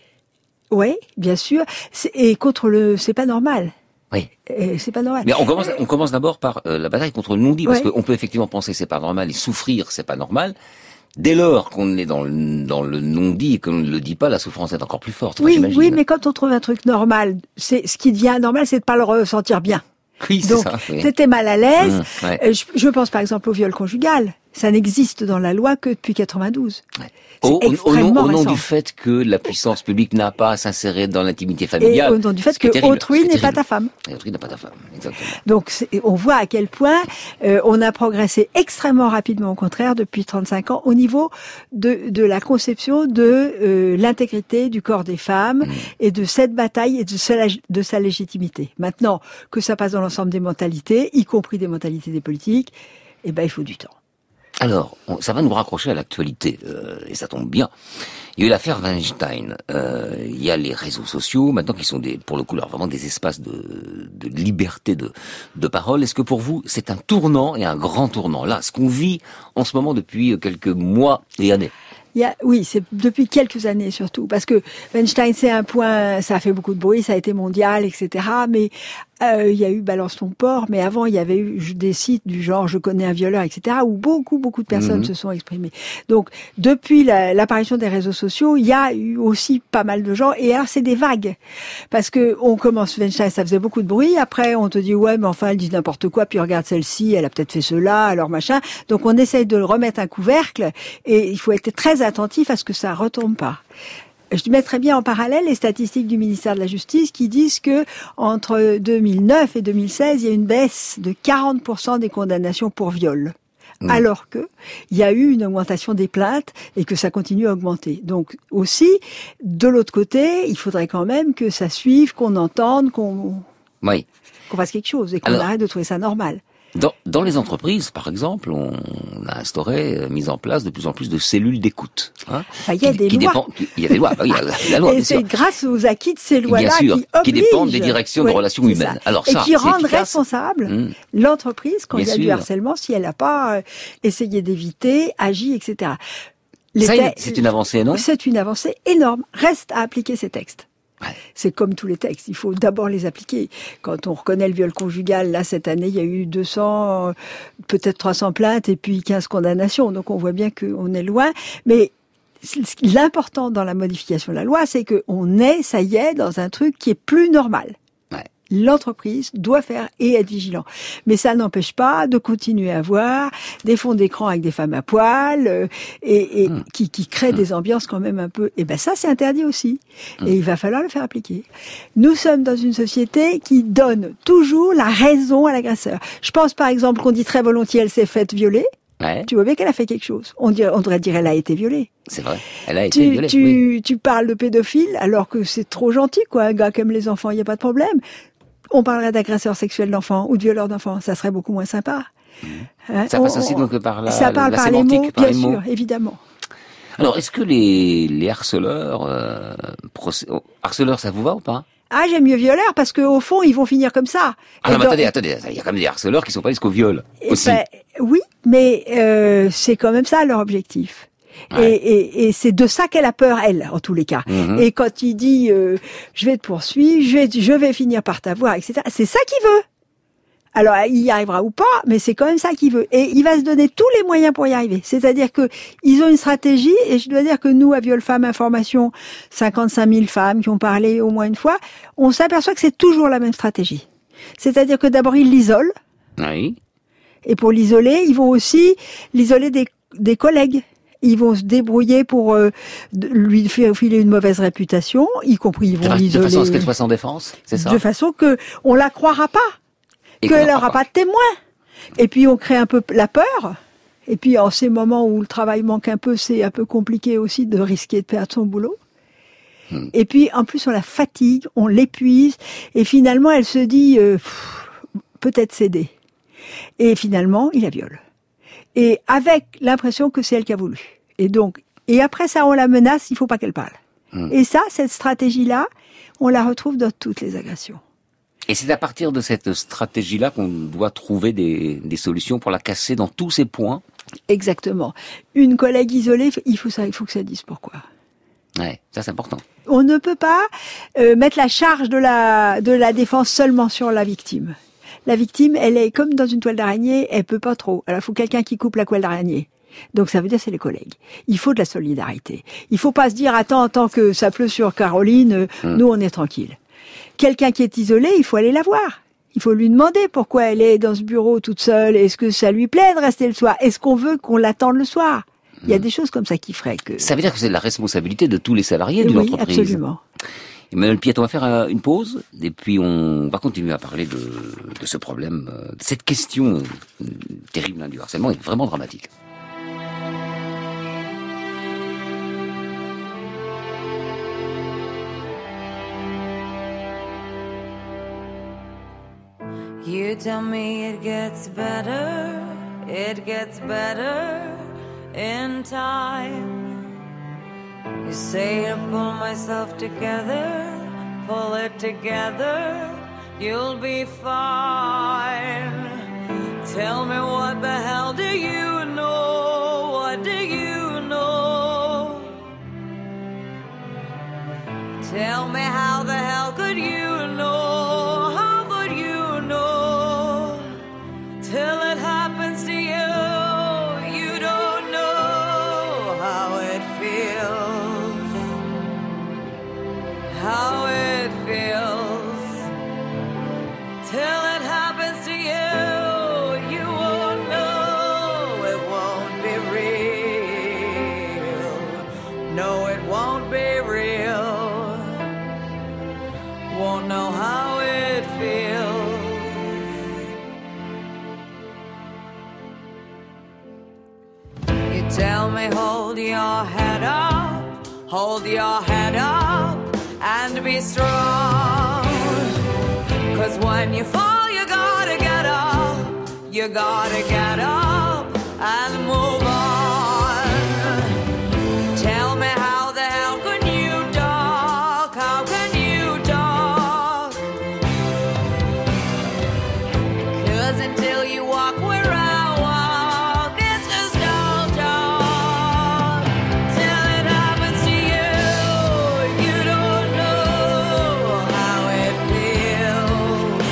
Oui, bien sûr. C'est, et contre le... C'est pas normal. Oui. Et c'est pas normal. Mais on commence, on commence d'abord par euh, la bataille contre le non-dit, parce Ouais. qu'on peut effectivement penser que c'est pas normal et souffrir c'est pas normal. Dès lors qu'on est dans le, dans le non-dit et qu'on ne le dit pas, la souffrance est encore plus forte. Enfin, Oui, j'imagine. oui, mais quand on trouve un truc normal, c'est ce qui devient normal, c'est de pas le ressentir bien. Oui, c'est Donc, ça. Oui. t'étais mal à l'aise. Mmh, ouais. Euh, je, je pense par exemple au viol conjugal. Ça n'existe dans la loi que depuis quatre-vingt-douze. Ouais. C'est Au, au, au, nom, extrêmement au nom récent. du fait que la puissance publique n'a pas à s'insérer dans l'intimité Et familiale. au nom du fait ce qui est que terrible, autrui ce qui est n'est pas terrible. ta femme. Et autrui n'est pas ta femme, exactement. Donc c'est- on voit à quel point euh, on a progressé extrêmement rapidement, au contraire, depuis trente-cinq ans, au niveau de, de la conception de euh, l'intégrité du corps des femmes Mmh. et de cette bataille et de sa, de sa légitimité. Maintenant, que ça passe dans l'ensemble des mentalités, y compris des mentalités des politiques, eh ben il faut du temps. Alors, on- ça va nous raccrocher à l'actualité, euh, et ça tombe bien. Il y a eu l'affaire Weinstein. Euh, il y a les réseaux sociaux, maintenant, qui sont des, pour le coup, alors vraiment des espaces de, de liberté de, de parole. Est-ce que pour vous, c'est un tournant et un grand tournant? Là, ce qu'on vit en ce moment depuis quelques mois et années. Il y a, oui, c'est depuis quelques années surtout, parce que Weinstein, c'est un point, ça a fait beaucoup de bruit, ça a été mondial, et cetera. Mais euh, il y a eu Balance ton porc, mais avant, il y avait eu des sites du genre Je connais un violeur, et cetera, où beaucoup, beaucoup de personnes Mhm. se sont exprimées. Donc, depuis la- l'apparition des réseaux sociaux, il y a eu aussi pas mal de gens, et alors c'est des vagues, parce que on commence Weinstein, ça faisait beaucoup de bruit, après on te dit ouais, mais enfin elle dit n'importe quoi, puis regarde celle-ci, elle a peut-être fait cela, alors machin. Donc on essaye de le remettre un couvercle, et il faut être très attentif à ce que ça retombe pas. Je mettrais bien en parallèle les statistiques du ministère de la Justice qui disent que entre deux mille neuf et deux mille seize, il y a une baisse de quarante pour cent des condamnations pour viol. Mmh. Alors que il y a eu une augmentation des plaintes et que ça continue à augmenter. Donc aussi, de l'autre côté, il faudrait quand même que ça suive, qu'on entende, qu'on Oui. qu'on fasse quelque chose et qu'on Alors- arrête de trouver ça normal. Dans, dans les entreprises, par exemple, on a instauré, euh, mis en place de plus en plus de cellules d'écoute. Hein, Enfin, il y a qui- des qui lois. dépend- qui- il y a des lois, bah oui, il y a la, la loi, et bien c'est sûr. grâce aux acquis de ces Bien lois-là sûr, qui qui obligent, dépendent des directions de Ouais, relations c'est humaines. ça. Alors et ça, qui c'est rendent efficace. responsable Mmh. l'entreprise quand Bien il y a du sûr. harcèlement, si elle n'a pas euh, essayé d'éviter, agi, et cetera. Les Ça, te- c'est une avancée, non? C'est une avancée énorme. Reste à appliquer ces textes. C'est comme tous les textes, il faut d'abord les appliquer. Quand on reconnaît le viol conjugal, là, cette année, il y a eu deux cents, euh, peut-être trois cents plaintes et puis quinze condamnations. Donc on voit bien qu'on est loin. Mais l'important dans la modification de la loi, c'est qu'on est, ça y est, dans un truc qui est plus normal. L'entreprise doit faire et être vigilant. Mais ça n'empêche pas de continuer à avoir des fonds d'écran avec des femmes à poil euh, et, et Mmh. qui, qui créent des ambiances quand même un peu... Et ben ça, c'est interdit aussi. Mmh. Et il va falloir le faire appliquer. Nous sommes dans une société qui donne toujours la raison à l'agresseur. Je pense par exemple qu'on dit très volontiers elle s'est faite violer. Ouais. Tu vois bien qu'elle a fait quelque chose. On, dirait, on devrait dire elle a été violée. C'est vrai. Elle a été Tu, violée. tu, oui. tu parles de pédophile alors que c'est trop gentil, quoi. Un gars qui aime les enfants, il n'y a pas de problème. On parlerait d'agresseur sexuel d'enfants ou de violeur d'enfants, ça serait beaucoup moins sympa. Hein, Ça passe on- aussi donc par la, ça parle la par sémantique, les mots, par bien les mots. sûr, évidemment. Alors, est-ce que les, les harceleurs, euh, procé- oh, harceleurs, ça vous va ou pas? Ah, j'aime mieux violeur parce qu'au fond, ils vont finir comme ça. Ah Et non, mais dans- attendez, attendez, il y a quand même des harceleurs qui sont pas jusqu'au viol Eh aussi. ben, oui, mais euh, c'est quand même ça leur objectif. Ouais. Et, et, et c'est de ça qu'elle a peur, elle, en tous les cas. Mhm. Et quand il dit euh, je vais te poursuivre, je vais, je vais finir par t'avoir, et cetera, c'est ça qu'il veut. Alors, il y arrivera ou pas, mais c'est quand même ça qu'il veut. Et il va se donner tous les moyens pour y arriver. C'est-à-dire que ils ont une stratégie, et je dois dire que nous, à Viol Femmes Information, cinquante-cinq mille femmes qui ont parlé au moins une fois, on s'aperçoit que c'est toujours la même stratégie. C'est-à-dire que d'abord, ils l'isolent, Oui. et pour l'isoler, ils vont aussi l'isoler des, des collègues. Ils vont se débrouiller pour euh, de- lui faire filer une mauvaise réputation, y compris ils De, vont fa- de l'isoler façon à ce qu'elle soit sans défense, c'est ça? de façon que on la croira pas, Et qu'on qu'elle n'en n'aura croit pas de témoin. Et puis on crée un peu la peur. Et puis en ces moments où le travail manque un peu, c'est un peu compliqué aussi de risquer de perdre son boulot. Hmm. Et puis en plus on la fatigue, on l'épuise, et finalement elle se dit euh, pff, peut-être céder. Et finalement il la viole. Et avec l'impression que c'est elle qui a voulu. Et donc, et après ça on la menace, il faut pas qu'elle parle. Hmm. Et ça, cette stratégie-là, on la retrouve dans toutes les agressions. Et c'est à partir de cette stratégie-là qu'on doit trouver des, des solutions pour la casser dans tous ces points. Exactement. Une collègue isolée, il faut ça, il faut que ça dise pourquoi. Ouais, ça c'est important. On ne peut pas euh, mettre la charge de la de la défense seulement sur la victime. La victime, elle est comme dans une toile d'araignée, elle peut pas trop. Alors il faut quelqu'un qui coupe la toile d'araignée. Donc ça veut dire c'est les collègues. Il faut de la solidarité. Il faut pas se dire attends, tant que ça pleut sur Caroline, mmh. nous on est tranquille. Quelqu'un qui est isolé, il faut aller la voir. Il faut lui demander pourquoi elle est dans ce bureau toute seule. Est-ce que ça lui plaît de rester le soir? Est-ce qu'on veut qu'on l'attende le soir? Il y a des choses comme ça qui feraient que... Ça veut dire que c'est de la responsabilité de tous les salariés oui, d'une entreprise. Oui, absolument. Emmanuel Piette, on va faire une pause, et puis on va continuer à parler de, de ce problème, de cette question terrible hein, du harcèlement, est vraiment dramatique. You tell me it gets better, it gets better in time. You say to pull myself together, pull it together, you'll be fine. Tell me what the hell do you know, what do you know? Tell me how the hell could you know, how could you know, till it happens to you, you don't know how it feels, how it feels, till it happens to you, you won't know, it won't be real, no it won't be real, won't know how it feels. You tell me hold your head up, hold your head up and be strong, 'cause when you fall you gotta get up, you gotta get up and move on. Tell me how the hell can you talk, how can you talk, 'cause until you walk where I walk, it's just all talk, till it happens to you, you don't know how it feels,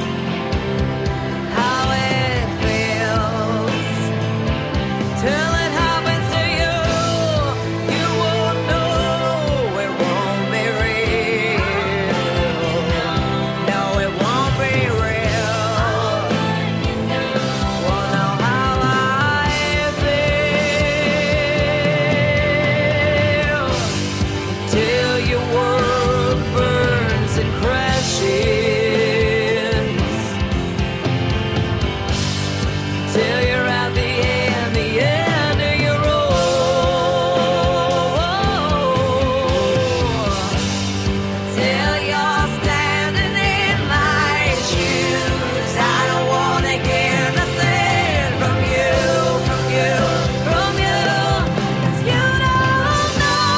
how it feels, till it happens to you, you won't know, it won't be real, no it won't be real, won't know how I feel, till your world burns and crashes, till you're at the end, the end of your road, till you're standing in my shoes. I don't wanna hear nothing from you, from you, from you, 'cause you don't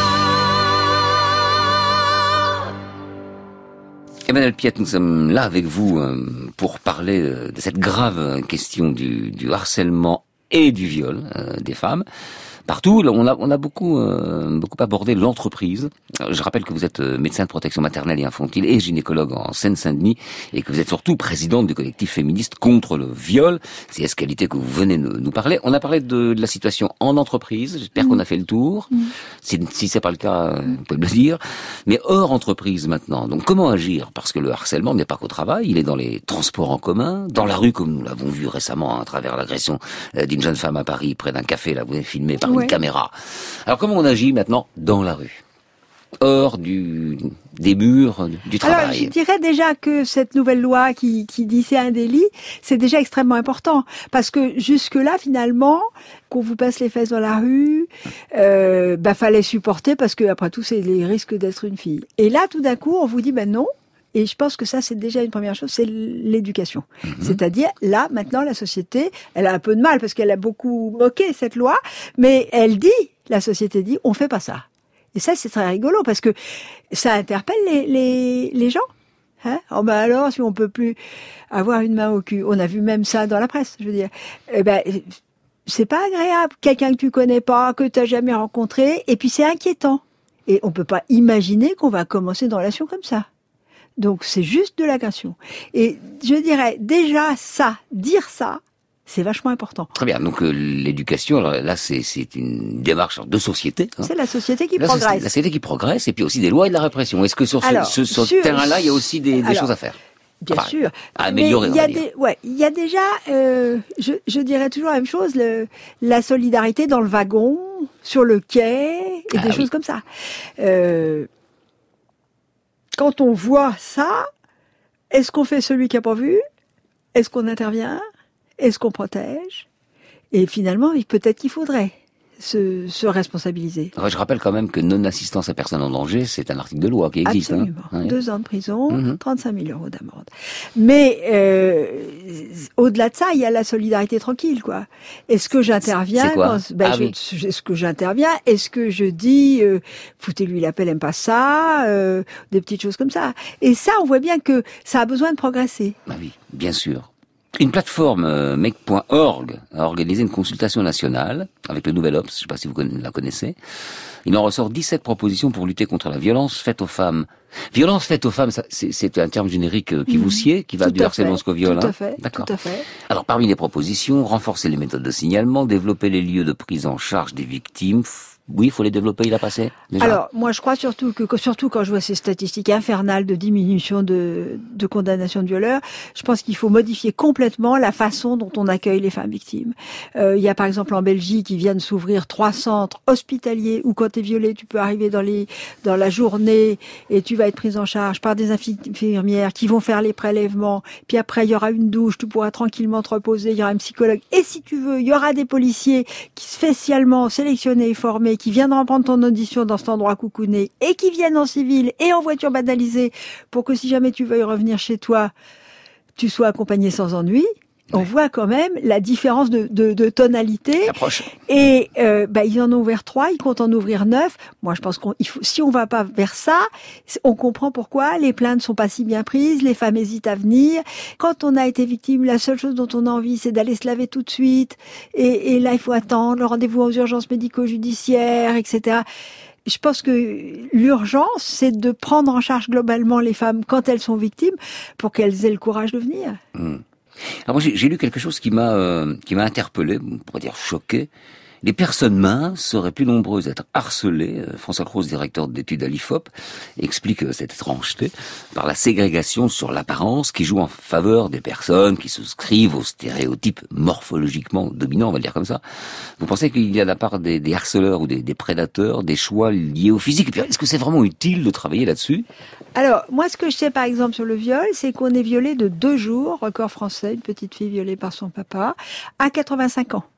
know. Emmanuel Piette, nous sommes là avec vous euh, pour parler euh, de cette grave question du, du harcèlement et du viol euh, des femmes. Partout, là, on a, on a beaucoup, euh, beaucoup abordé l'entreprise. Euh, Je rappelle que vous êtes euh, médecin de protection maternelle et infantile et gynécologue en Seine-Saint-Denis et que vous êtes surtout présidente du collectif féministe contre le viol. C'est à cette qualité que vous venez nous, nous parler. On a parlé de, de la situation en entreprise. J'espère mmh. qu'on a fait le tour. Mmh. Si, si c'est pas le cas, euh, vous pouvez me le dire. Mais hors entreprise maintenant. Donc comment agir? Parce que le harcèlement n'est pas qu'au travail. Il est dans les transports en commun, dans la rue, comme nous l'avons vu récemment à travers l'agression euh, d'une jeune femme à Paris près d'un café. Là, vous avez filmé par Ouais. une caméra. Alors comment on agit maintenant dans la rue, hors du des murs du travail? Alors, je dirais déjà que cette nouvelle loi qui, qui dit c'est un délit, c'est déjà extrêmement important. Parce que jusque-là, finalement, qu'on vous passe les fesses dans la rue, euh, bah, fallait supporter parce que, après tout, c'est les risques d'être une fille. Et là, tout d'un coup, on vous dit, ben non. Et je pense que ça, c'est déjà une première chose, c'est l'éducation. Mmh. C'est-à-dire, là, maintenant, la société, elle a un peu de mal parce qu'elle a beaucoup moqué cette loi, mais elle dit, la société dit, on fait pas ça. Et ça, c'est très rigolo parce que ça interpelle les, les, les gens. Hein? Oh ben alors, si on peut plus avoir une main au cul, on a vu même ça dans la presse, je veux dire. Eh ben, c'est pas agréable. Quelqu'un que tu connais pas, que tu n'as jamais rencontré, et puis c'est inquiétant. Et on peut pas imaginer qu'on va commencer une relation comme ça. Donc c'est juste de l'agression. Et je dirais déjà ça, dire ça, c'est vachement important. Très bien. Donc euh, l'éducation, alors, là, c'est, c'est une démarche de société. Hein. C'est la société qui là, progresse. C'est la société qui progresse, et puis aussi des lois et de la répression. Est-ce que sur ce, alors, ce, ce sur, terrain-là, il y a aussi des, des alors, choses à faire? Bien enfin, sûr. À améliorer, mais il y a on va dire. des, ouais, il y a déjà, euh, je, je dirais toujours la même chose, le, la solidarité dans le wagon, sur le quai, et ah, des oui. choses comme ça. Euh, quand on voit ça, est-ce qu'on fait celui qui n'a pas vu? Est-ce qu'on intervient? Est-ce qu'on protège? Et finalement, peut-être qu'il faudrait se, se responsabiliser. Ouais, je rappelle quand même que non-assistance à personne en danger, c'est un article de loi qui existe. Absolument. Hein. Ouais. Deux ans de prison, mm-hmm. trente-cinq mille euros d'amende. Mais euh, au-delà de ça, il y a la solidarité tranquille, quoi. Est-ce que j'interviens C'est quoi quand, ben, ah, je, oui. Est-ce que j'interviens? Est-ce que je dis, euh, foutez-lui la paix, elle aime pas ça, euh, des petites choses comme ça. Et ça, on voit bien que ça a besoin de progresser. Ah oui, bien sûr. Une plateforme euh, make point org a organisé une consultation nationale avec le Nouvel Obs, je ne sais pas si vous la connaissez. Il en ressort dix-sept propositions pour lutter contre la violence faite aux femmes. Violence faite aux femmes, ça, c'est, c'est un terme générique euh, qui mmh. vous sied, qui va tout du harcèlement jusqu'au viol. Tout hein. à fait, D'accord. tout à fait. Alors parmi les propositions, renforcer les méthodes de signalement, développer les lieux de prise en charge des victimes. Oui, il faut les développer, il a passé déjà. Alors, moi, je crois surtout que, surtout quand je vois ces statistiques infernales de diminution de, de condamnation de violeurs, je pense qu'il faut modifier complètement la façon dont on accueille les femmes victimes. Euh, il y a par exemple en Belgique, ils viennent s'ouvrir trois centres hospitaliers où quand tu es violé, tu peux arriver dans les, dans la journée et tu vas être prise en charge par des infirmières qui vont faire les prélèvements. Puis après, il y aura une douche, tu pourras tranquillement te reposer, il y aura un psychologue. Et si tu veux, il y aura des policiers qui spécialement sélectionnés et formés qui viendront prendre ton audition dans cet endroit coucouné et qui viennent en civil et en voiture banalisée pour que si jamais tu veuilles revenir chez toi, tu sois accompagné sans ennui. On ouais. voit quand même la différence de, de, de tonalité. Approche. Et euh, bah, ils en ont ouvert trois, ils comptent en ouvrir neuf. Moi, je pense qu'on, il faut, si on va pas vers ça, on comprend pourquoi les plaintes sont pas si bien prises, les femmes hésitent à venir. Quand on a été victime, la seule chose dont on a envie, c'est d'aller se laver tout de suite. Et, et là, il faut attendre le rendez-vous aux urgences médico-judiciaires, et cetera. Je pense que l'urgence, c'est de prendre en charge globalement les femmes quand elles sont victimes pour qu'elles aient le courage de venir. Mmh. Alors moi j'ai, j'ai lu quelque chose qui m'a euh, qui m'a interpellé, on pourrait dire choqué. Les personnes minces seraient plus nombreuses à être harcelées. François Cros, directeur d'études à l'I F O P, explique cette étrangeté par la ségrégation sur l'apparence qui joue en faveur des personnes qui souscrivent aux stéréotypes morphologiquement dominants, on va le dire comme ça. Vous pensez qu'il y a de la part des, des harceleurs ou des, des prédateurs des choix liés au physique? Et puis, est-ce que c'est vraiment utile de travailler là-dessus? Alors, moi, ce que je sais, par exemple, sur le viol, c'est qu'on est violé de deux jours, record français, une petite fille violée par son papa, à quatre-vingt-cinq ans.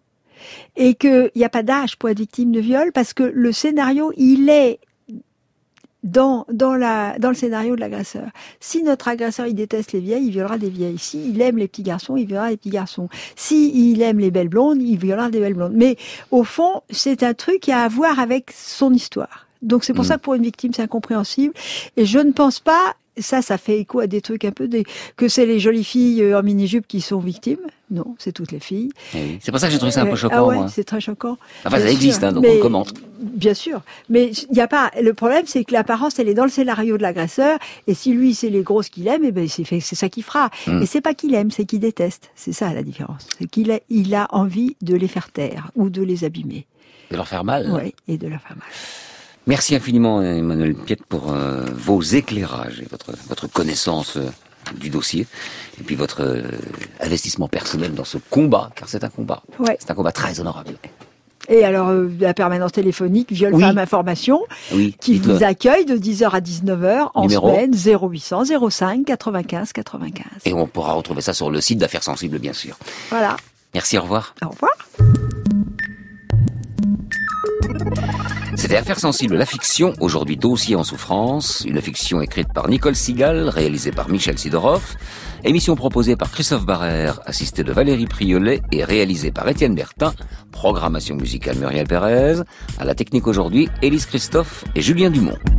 Et qu'il n'y a pas d'âge pour être victime de viol, parce que le scénario, il est dans, dans, la, dans le scénario de l'agresseur. Si notre agresseur, il déteste les vieilles, il violera des vieilles. Si il aime les petits garçons, il violera les petits garçons. Si il aime les belles blondes, il violera des belles blondes. Mais au fond, c'est un truc qui a à voir avec son histoire. Donc c'est pour mmh. ça que pour une victime, c'est incompréhensible. Et je ne pense pas... Ça, ça fait écho à des trucs un peu des... que c'est les jolies filles en mini-jupe qui sont victimes. Non, c'est toutes les filles. Oui. C'est pour ça que j'ai trouvé ça un peu choquant. Ah ouais, moi. c'est très choquant. Enfin, bien ça existe, sûr, hein, donc mais, on commente. Bien sûr. Mais il y a pas. Le problème, c'est que l'apparence, elle est dans le scénario de l'agresseur. Et si lui, c'est les grosses qu'il aime, eh ben, c'est, fait, c'est ça qu'il fera. Mm. Et c'est pas qu'il aime, c'est qu'il déteste. C'est ça la différence. C'est qu'il a, il a envie de les faire taire ou de les abîmer. De leur faire mal. Oui, et de leur faire mal. Merci infiniment, Emmanuel Piette, pour euh, vos éclairages et votre, votre connaissance euh, du dossier, et puis votre euh, investissement personnel dans ce combat, car c'est un combat. Ouais. C'est un combat très honorable. Et alors, euh, la permanence téléphonique Viol oui. Femmes Information, oui, qui dites-le. vous accueille de dix heures à dix-neuf heures en Numéro semaine, zéro huit cents zéro cinq quatre-vingt-quinze quatre-vingt-quinze. Et on pourra retrouver ça sur le site d'Affaires Sensibles, bien sûr. Voilà. Merci, au revoir. Au revoir. C'était Affaires Sensibles, la fiction, aujourd'hui Dossier en souffrance, une fiction écrite par Nicole Sigal, réalisée par Michel Sidorov, émission proposée par Christophe Barrère, assisté de Valérie Priolet et réalisée par Étienne Bertin, programmation musicale Muriel Pérez, à la technique aujourd'hui Élise Christophe et Julien Dumont.